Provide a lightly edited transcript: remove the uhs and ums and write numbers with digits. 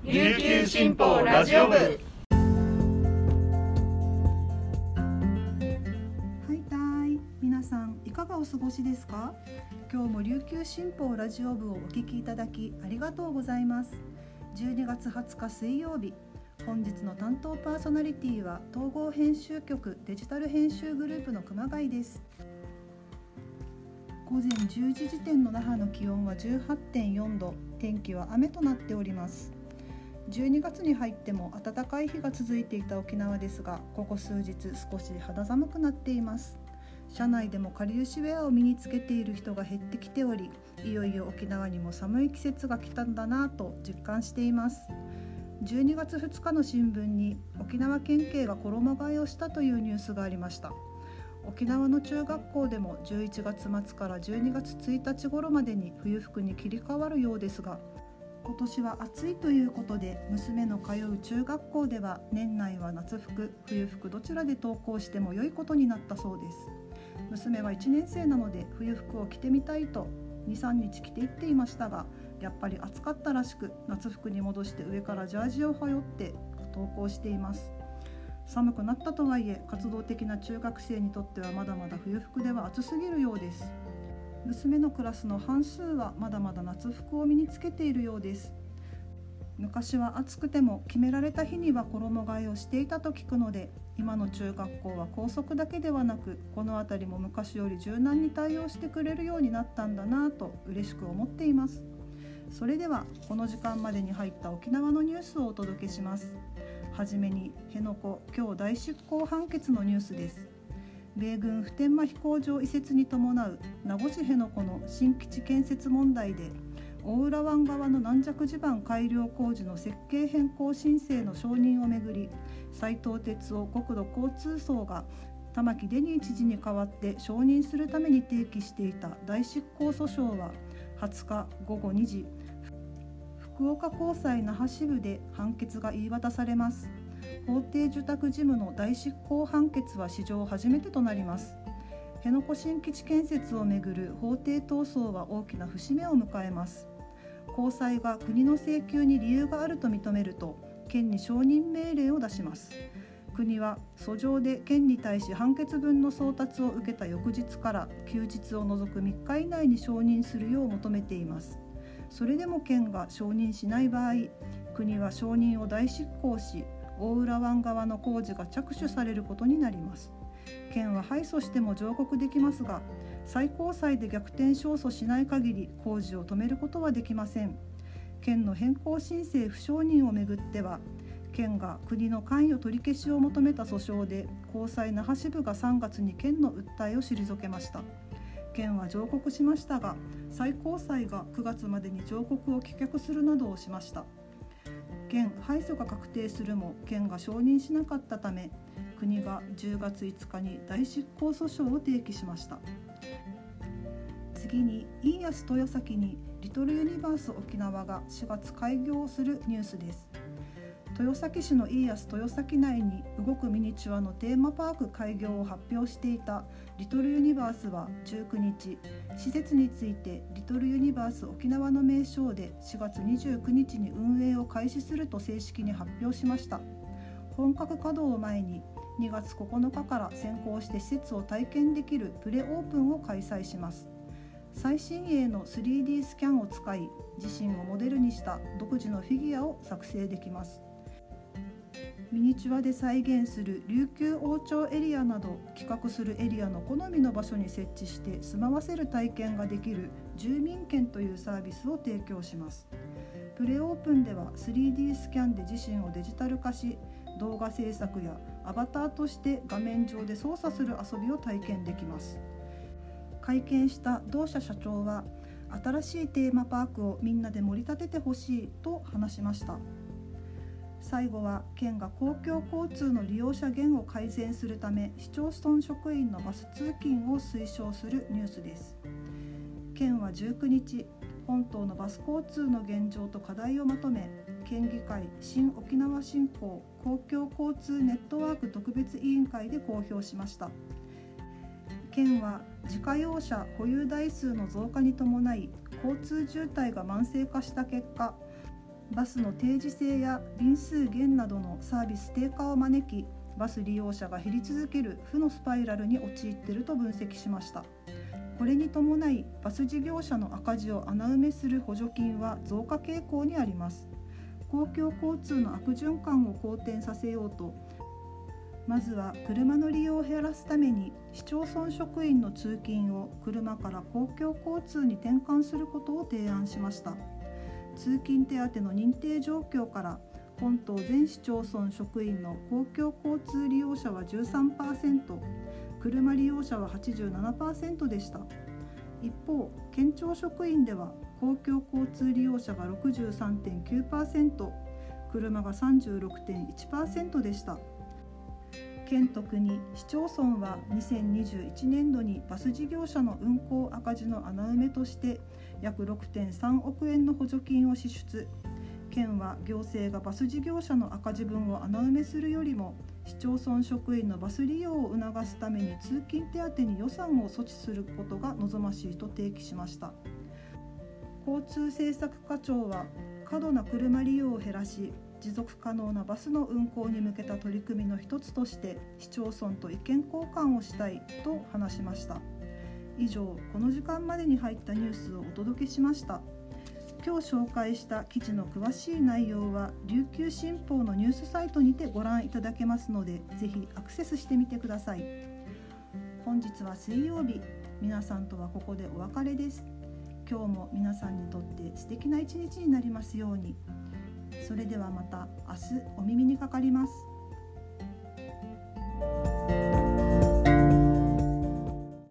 琉球新報ラジオ部。 皆さんいかがお過ごしですか？今日も琉球新報ラジオ部をお聞きいただきありがとうございます。12月20日水曜日、本日の担当パーソナリティは統合編集局デジタル編集グループの熊谷です。午前10時時点の那覇の気温は 18.4 度、天気は雨となっております。12月に入っても暖かい日が続いていた沖縄ですが、ここ数日少し肌寒くなっています。車内でもかりゆしウェアを身につけている人が減ってきており、いよいよ沖縄にも寒い季節が来たんだなと実感しています。12月2日の新聞に沖縄県警が衣替えをしたというニュースがありました。沖縄の中学校でも11月末から12月1日頃までに冬服に切り替わるようですが、今年は暑いということで、娘の通う中学校では年内は夏服、冬服どちらで登校しても良いことになったそうです。娘は1年生なので冬服を着てみたいと 2,3 日着ていっていましたが、やっぱり暑かったらしく、夏服に戻して上からジャージを羽織って登校しています。寒くなったとはいえ、活動的な中学生にとってはまだまだ冬服では暑すぎるようです。娘のクラスの半数はまだまだ夏服を身につけているようです。昔は暑くても決められた日には衣替えをしていたと聞くので、今の中学校は校則だけではなく、このあたりも昔より柔軟に対応してくれるようになったんだなぁと嬉しく思っています。それではこの時間までに入った沖縄のニュースをお届けします。はじめに辺野古今日大執行判決のニュースです。米軍普天間飛行場移設に伴う名護市辺野古の新基地建設問題で、大浦湾側の軟弱地盤改良工事の設計変更申請の承認をめぐり、斉藤鉄夫国土交通省が玉城デニー知事に代わって承認するために提起していた大執行訴訟は20日午後2時、福岡高裁那覇支部で判決が言い渡されます。法定受託事務の大執行判決は史上初めてとなります。辺野古新基地建設をめぐる法廷闘争は大きな節目を迎えます。高裁が国の請求に理由があると認めると、県に承認命令を出します。国は訴状で県に対し判決文の送達を受けた翌日から休日を除く3日以内に承認するよう求めています。それでも県が承認しない場合、国は承認を代執行し、大浦湾側の工事が着手されることになります。県は敗訴しても上告できますが、最高裁で逆転勝訴しない限り工事を止めることはできません。県の変更申請不承認をめぐっては、県が国の関与取り消しを求めた訴訟で、高裁那覇支部が3月に県の訴えを退けました。県は上告しましたが、最高裁が9月までに上告を棄却するなどをしました。県敗訴が確定するも県が承認しなかったため、国が10月5日に大執行訴訟を提起しました。次にイーヤス豊崎にリトルユニバース沖縄が4月開業するニュースです。豊崎市のイーヤス豊崎内に動くミニチュアのテーマパーク開業を発表していたリトルユニバースは19日、施設についてリトルユニバース沖縄の名称で4月29日に運営を開始すると正式に発表しました。本格稼働を前に2月9日から先行して施設を体験できるプレオープンを開催します。最新鋭の 3D スキャンを使い、自身をモデルにした独自のフィギュアを作成できます。ミニチュアで再現する琉球王朝エリアなど、企画するエリアの好みの場所に設置して住まわせる体験ができる住民券というサービスを提供します。プレオープンでは 3D スキャンで自身をデジタル化し、動画制作やアバターとして画面上で操作する遊びを体験できます。会見した同社社長は、新しいテーマパークをみんなで盛り立ててほしいと話しました。最後は県が公共交通の利用者減を改善するため、市町村職員のバス通勤を推奨するニュースです。県は19日、本島のバス交通の現状と課題をまとめ、県議会新沖縄振興公共交通ネットワーク特別委員会で公表しました。県は自家用車保有台数の増加に伴い交通渋滞が慢性化した結果、 バスの定時制や便数減などのサービス低下を招き、バス利用者が減り続ける負のスパイラルに陥っていると分析しました。これに伴い、バス事業者の赤字を穴埋めする補助金は増加傾向にあります。公共交通の悪循環を好転させようと、まずは車の利用を減らすために市町村職員の通勤を車から公共交通に転換することを提案しました。通勤手当の認定状況から本島全市町村職員の公共交通利用者は 13%、車利用者は 87% でした。一方、県庁職員では公共交通利用者が 63.9%、車が 36.1% でした。県と国、市町村は2021年度にバス事業者の運行赤字の穴埋めとして約 6.3 億円の補助金を支出。県は行政がバス事業者の赤字分を穴埋めするよりも、市町村職員のバス利用を促すために通勤手当に予算を措置することが望ましいと提起しました。交通政策課長は、過度な車利用を減らし、持続可能なバスの運行に向けた取り組みの一つとして市町村と意見交換をしたいと話しました。以上、この時間までに入ったニュースをお届けしました。今日紹介した記事の詳しい内容は琉球新報のニュースサイトにてご覧いただけますので、ぜひアクセスしてみてください。本日は水曜日、皆さんとはここでお別れです。今日も皆さんにとって素敵な一日になりますように。それではまた明日お耳にかかります。